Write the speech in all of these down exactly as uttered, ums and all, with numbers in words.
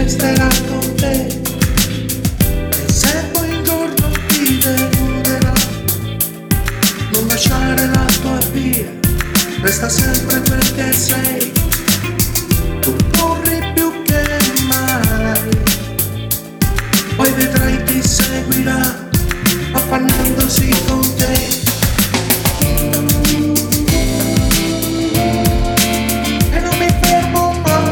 resterà con te, e se poi un giorno ti deluderà, non lasciare la tua via, resta sempre quel che sei. Tu corri più che mai, poi vedrai chi seguirà, affannandosi con te. E non mi fermo mai,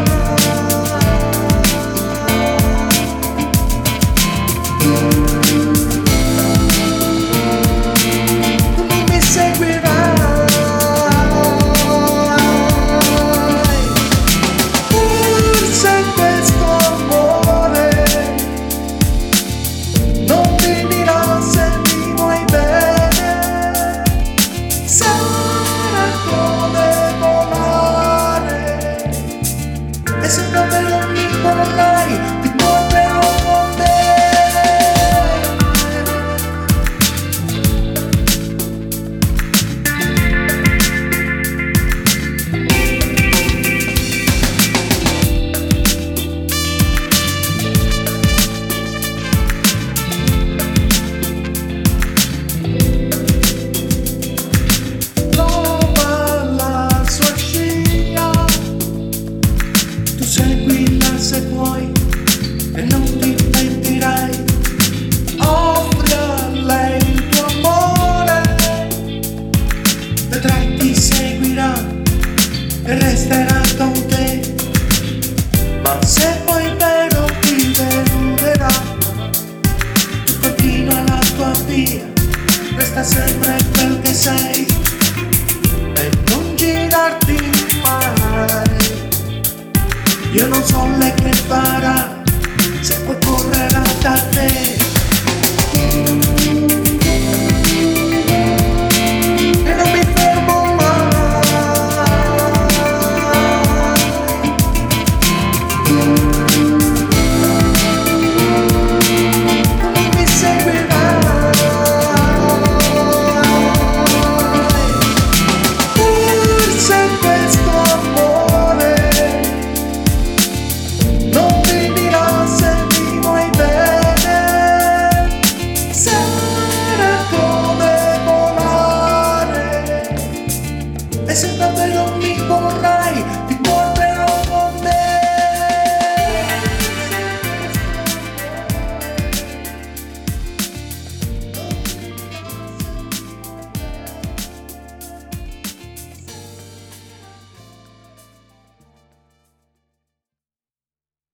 tu mi seguirai. Forse questo amore non finirà se mi vuoi bene, sarà come volare, e se non non mi vorrai, ti porterò con me. Trova la sua scia, tu seguila se vuoi e non ti pentirai. Offri a lei il tuo amore, vedrai ti seguirà e resterà con te. Ma se poi vero ti deluderà, continua la tua via, resta sempre quel che sei, e non girarti mai. Io non so lei che farà, se poi correrà da te.